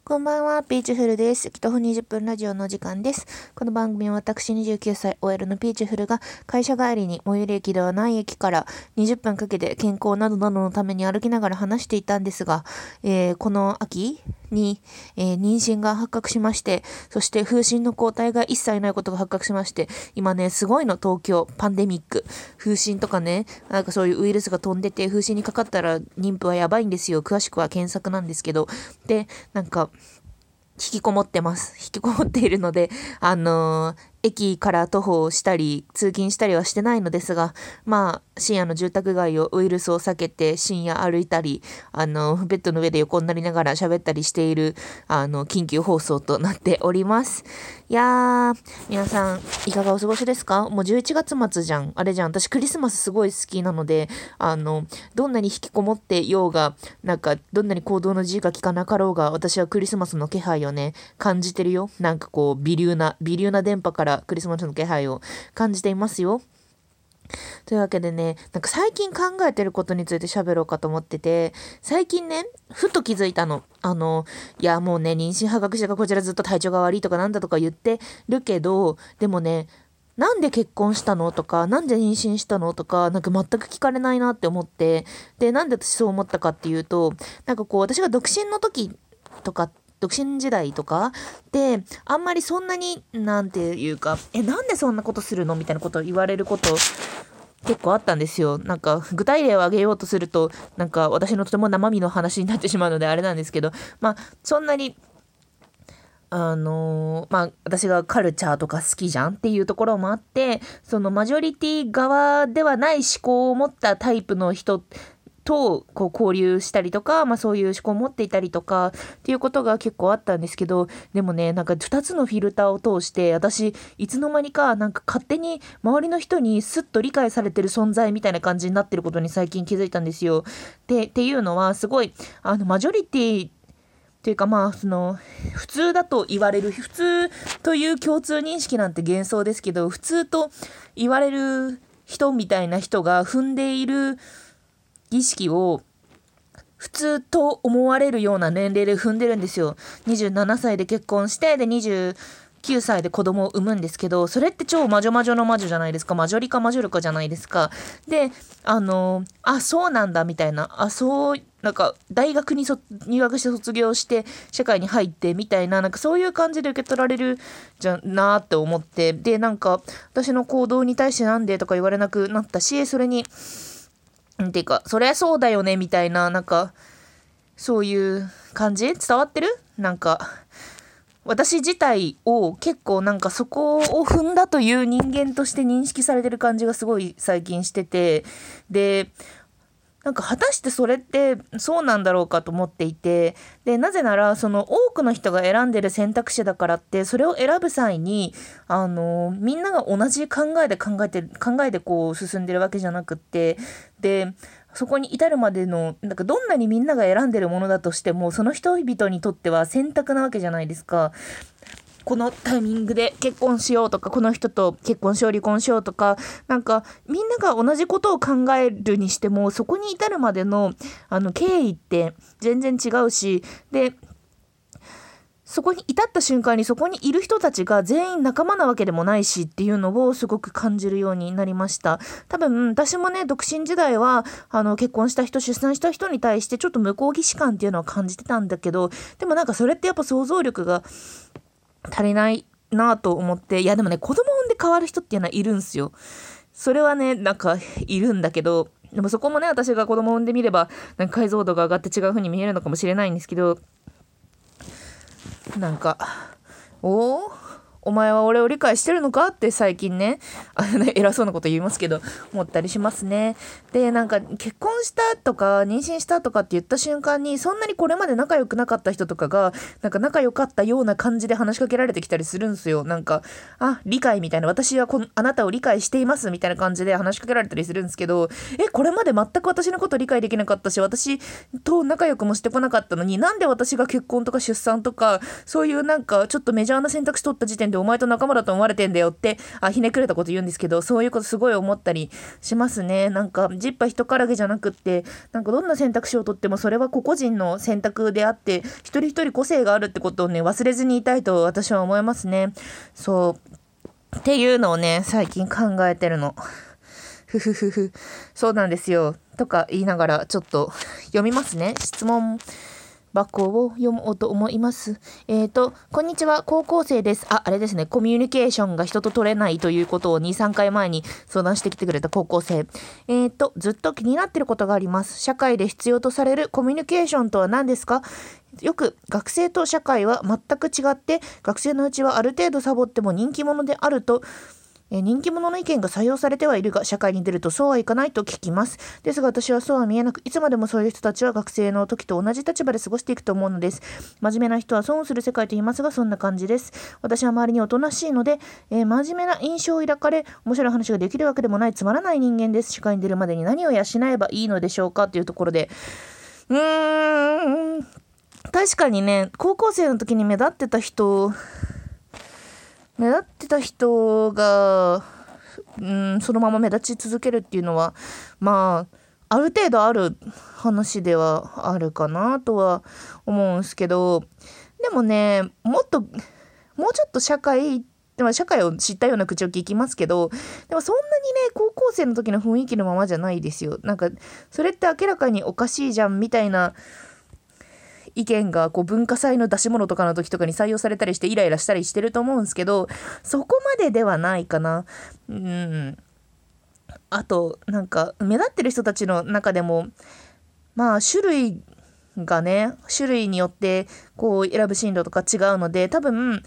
こんばんは、ピーチフルです。徒歩20分ラジオの時間です。この番組は私29歳 OL のピーチフルが会社帰りに最寄り駅ではない駅から20分かけて健康などなどのために歩きながら話していたんですが、この秋に、妊娠が発覚しまして、そして風疹の抗体が一切ないことが発覚しまして、今ね、すごいの東京、パンデミック。風疹とかね、なんかそういうウイルスが飛んでて、風疹にかかったら妊婦はやばいんですよ。詳しくは検索なんですけど。で、なんか、引きこもってます。引きこもっているので、駅から徒歩したり、通勤したりはしてないのですが、まあ、深夜の住宅街をウイルスを避けて深夜歩いたり、ベッドの上で横になりながら喋ったりしている、緊急放送となっております。いやー、皆さん、いかがお過ごしですか？もう11月末じゃん。あれじゃん。私クリスマスすごい好きなので、どんなに引きこもってようが、なんか、どんなに行動の自由が利かなかろうが、私はクリスマスの気配をね、感じてるよ。なんかこう、微流な電波からクリスマスの気配を感じていますよ。というわけでね、なんか最近考えてることについて喋ろうかと思ってて、最近ね、ふと気づいたの。いやもうね、妊娠発覚したからこちらずっと体調が悪いとかなんだとか言ってるけど、でもね、なんで結婚したのとか、なんで妊娠したのとか、なんか全く聞かれないなって思って、で、なんで私そう思ったかっていうと、なんかこう、私が独身の時とか、独身時代とかで、あんまりそんなに、なんていうか、なんでそんなことするのみたいなことを言われること結構あったんですよ。なんか具体例を挙げようとすると、なんか私のとても生身の話になってしまうのであれなんですけど、まあそんなに私がカルチャーとか好きじゃんっていうところもあって、そのマジョリティ側ではない思考を持ったタイプの人とこう交流したりとか、そういう思考を持っていたりとかっていうことが結構あったんですけど、でもね、なんか2つのフィルターを通して私いつの間にかなんか勝手に周りの人にスッと理解されてる存在みたいな感じになってることに最近気づいたんですよ。っていうのはすごいマジョリティっていうか普通だと言われる、普通という共通認識なんて幻想ですけど、普通と言われる人みたいな人が踏んでいる儀式を普通と思われるような年齢で踏んでるんですよ。27歳で結婚して、で29歳で子供を産むんですけど、それって超魔女の魔女じゃないですか。マジョリカマジョルカじゃないですか。で、そうなんだみたいな、なんか大学に入学して卒業して社会に入ってみたいな、なんかそういう感じで受け取られるじゃなーって思って、でなんか私の行動に対してなんでとか言われなくなったし、それにていうか、そりゃそうだよねみたいな、なんかそういう感じ伝わってる？なんか私自体を結構なんかそこを踏んだという人間として認識されてる感じがすごい最近してて、でなんか果たしてそれってそうなんだろうかと思っていて、でなぜならその多くの人が選んでる選択肢だからって、それを選ぶ際にみんなが同じ考えでこう進んでるわけじゃなくって、でそこに至るまでのなんかどんなにみんなが選んでるものだとしても、その人々にとっては選択なわけじゃないですか。このタイミングで結婚しようとか、この人と結婚しよう離婚しようとか、なんかみんなが同じことを考えるにしても、そこに至るまでの経緯って全然違うし、でそこに至った瞬間にそこにいる人たちが全員仲間なわけでもないしっていうのをすごく感じるようになりました。多分私もね、独身時代は結婚した人、出産した人に対してちょっと向こう岸感っていうのは感じてたんだけど、でもなんかそれってやっぱ想像力が足りないなと思って、いやでもね、子供産んで変わる人っていうのはいるんすよ。それはね、なんかいるんだけど、でもそこもね、私が子供産んでみればなんか解像度が上がって違う風に見えるのかもしれないんですけど、なんかお前は俺を理解してるのかって最近ね、偉そうなこと言いますけど思ったりしますね。でなんか結婚したとか妊娠したとかって言った瞬間に、そんなにこれまで仲良くなかった人とかがなんか仲良かったような感じで話しかけられてきたりするんですよ。なんか理解みたいな、私はあなたを理解していますみたいな感じで話しかけられたりするんですけど、これまで全く私のこと理解できなかったし、私と仲良くもしてこなかったのに、なんで私が結婚とか出産とかそういうなんかちょっとメジャーな選択肢取った時点でお前と仲間だと思われてんだよってひねくれたこと言うんですけど、そういうことすごい思ったりしますね。なんかジッパ人からげじゃなくって、なんかどんな選択肢をとってもそれは個々人の選択であって、一人一人個性があるってことをね忘れずにいたいと私は思いますね。そうっていうのをね最近考えてるの。ふふふふ。そうなんですよとか言いながらちょっと読みますね。質問箱を読もうと思います。こんにちは、高校生です。あれですね、コミュニケーションが人と取れないということを2、3回前に相談してきてくれた高校生。ずっと気になってることがあります。社会で必要とされるコミュニケーションとは何ですか？よく学生と社会は全く違って、学生のうちはある程度サボっても人気者であると、人気者の意見が採用されてはいるが、社会に出るとそうはいかないと聞きます。ですが私はそうは見えなく、いつまでもそういう人たちは学生の時と同じ立場で過ごしていくと思うのです。真面目な人は損をする世界と言いますが、そんな感じです。私は周りにおとなしいので、真面目な印象を抱かれ、面白い話ができるわけでもないつまらない人間です。社会に出るまでに何を養えばいいのでしょうかというところで、確かにね、高校生の時に目立ってた人が、そのまま目立ち続けるっていうのは、ある程度ある話ではあるかなとは思うんですけど、でもね、もうちょっと社会を知ったような口を聞きますけど、でもそんなにね、高校生の時の雰囲気のままじゃないですよ。なんか、それって明らかにおかしいじゃんみたいな意見が文化祭の出し物とかの時とかに採用されたりしてイライラしたりしてると思うんですけど、そこまでではないかな。あとなんか目立ってる人たちの中でも種類によって選ぶ進路とか違うので、多分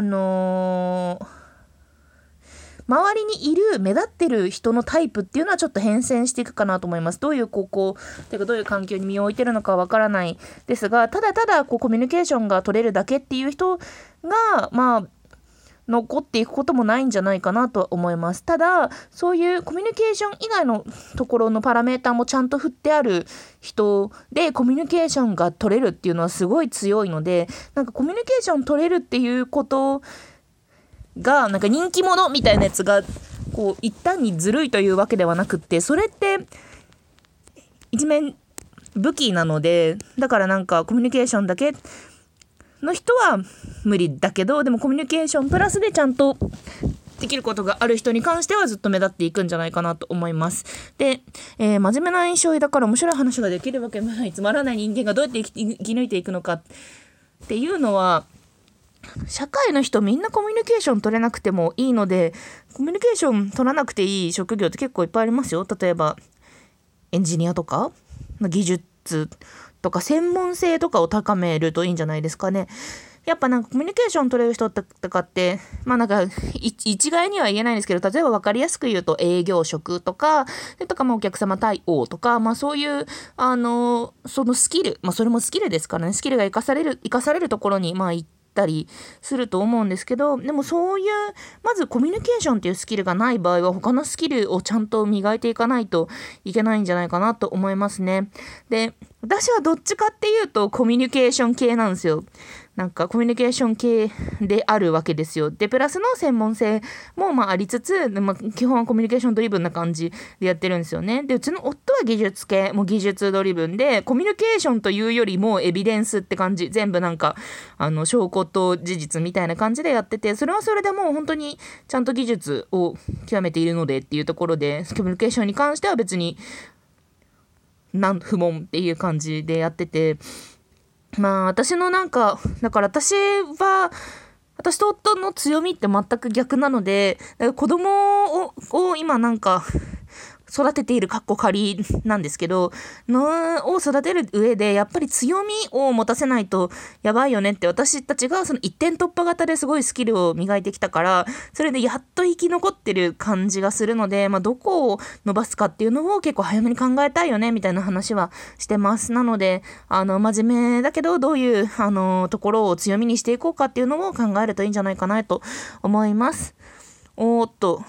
周りにいる目立ってる人のタイプっていうのはちょっと変遷していくかなと思います。どういう高校ていうかどういう環境に身を置いてるのかわからないですが、ただただコミュニケーションが取れるだけっていう人が残っていくこともないんじゃないかなと思います。ただそういうコミュニケーション以外のところのパラメーターもちゃんと振ってある人でコミュニケーションが取れるっていうのはすごい強いので、なんかコミュニケーション取れるっていうことがなんか人気者みたいなやつが一旦にずるいというわけではなくって、それって一面武器なので、だからなんかコミュニケーションだけの人は無理だけど、でもコミュニケーションプラスでちゃんとできることがある人に関してはずっと目立っていくんじゃないかなと思います。で、真面目な印象だから面白い話ができるわけない、つまらない人間がどうやって生き抜いていくのかっていうのは、社会の人みんなコミュニケーション取れなくてもいいので、コミュニケーション取らなくていい職業って結構いっぱいありますよ。例えばエンジニアとか技術とか専門性とかを高めるといいんじゃないですかね。やっぱなんかコミュニケーション取れる人とかってなんか一概には言えないんですけど、例えば分かりやすく言うと営業職とかお客様対応とかそういうそのスキル、それもスキルですからね。スキルが生かされるところに行ったりすると思うんですけど、でもそういうまずコミュニケーションっていうスキルがない場合は他のスキルをちゃんと磨いていかないといけないんじゃないかなと思いますね。で、私はどっちかっていうとコミュニケーション系なんですよ。なんかコミュニケーション系であるわけですよ。でプラスの専門性もありつつ、基本はコミュニケーションドリブンな感じでやってるんですよね。でうちの夫は技術系、技術ドリブンで、コミュニケーションというよりもエビデンスって感じ、全部なんか証拠と事実みたいな感じでやってて、それはそれでもう本当にちゃんと技術を極めているのでっていうところで、コミュニケーションに関しては別に不問っていう感じでやってて、私のだから私と夫の強みって全く逆なので、子供を今育てている仮なんですけどを育てる上でやっぱり強みを持たせないとやばいよねって、私たちがその一点突破型ですごいスキルを磨いてきたから、それでやっと生き残ってる感じがするので、どこを伸ばすかっていうのを結構早めに考えたいよねみたいな話はしてます。なので真面目だけどどういうところを強みにしていこうかっていうのを考えるといいんじゃないかなと思います。あと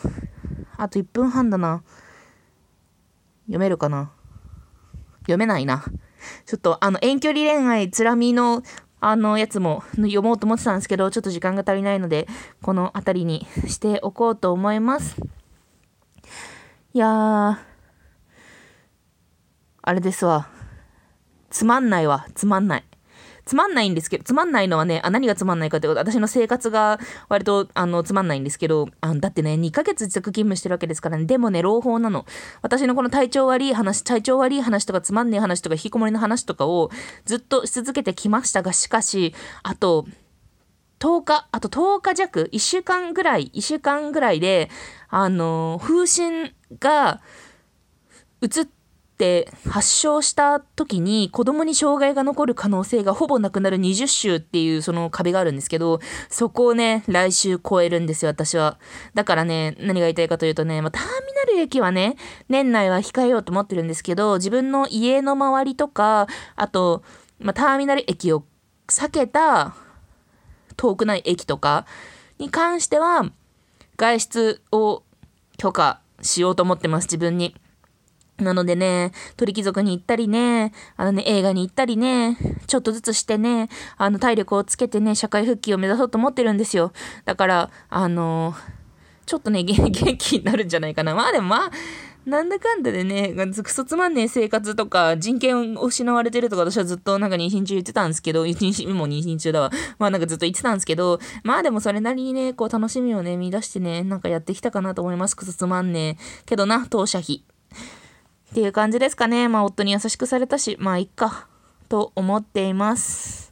1分半だな。読めるかな？読めないな。ちょっと遠距離恋愛つらみのやつも読もうと思ってたんですけど、ちょっと時間が足りないので、このあたりにしておこうと思います。いやー、あれですわ。つまんないわ。つまんない。つまんないんですけど、つまんないのはね、何がつまんないかってこと、私の生活が割と、つまんないんですけど、だってね、2ヶ月自宅勤務してるわけですからね、でもね、朗報なの。私のこの体調悪い話とかつまんねえ話とか引きこもりの話とかをずっとし続けてきましたが、しかし、あと10日弱、1週間ぐらいで、風疹が移って発症した時に子供に障害が残る可能性がほぼなくなる20週っていうその壁があるんですけど、そこをね、来週超えるんですよ、私は。だからね、何が言いたいかというとね、ターミナル駅はね、年内は控えようと思ってるんですけど、自分の家の周りとか、あと、ターミナル駅を避けた遠くない駅とかに関しては、外出を許可しようと思ってます、自分に。なのでね、鳥貴族に行ったりね、映画に行ったりね、ちょっとずつしてね、体力をつけてね、社会復帰を目指そうと思ってるんですよ。だから、ちょっとね、元気になるんじゃないかな。でもなんだかんだでね、クソつまんねえ生活とか、人権を失われてるとか、私はずっと妊娠中言ってたんですけど、もう妊娠中だわ。ずっと言ってたんですけど、でもそれなりにね、楽しみをね、見出してね、やってきたかなと思います。クソつまんねえ。けどな、当社費。っていう感じですかね。夫に優しくされたし、いっか、と思っています。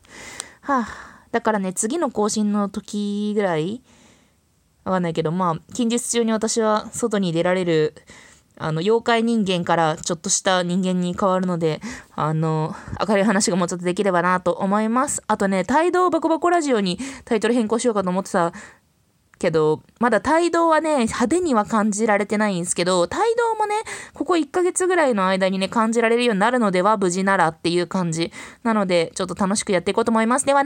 だからね、次の更新の時ぐらいわかんないけど、近日中に私は外に出られる、妖怪人間からちょっとした人間に変わるので、明るい話がもうちょっとできればなと思います。あとね、帯同バコバコラジオにタイトル変更しようかと思ってたけど、まだ帯同はね、派手には感じられてないんですけど、帯同もね、ここ1ヶ月ぐらいの間にね、感じられるようになるのでは無事ならっていう感じ。なので、ちょっと楽しくやっていこうと思います。ではね。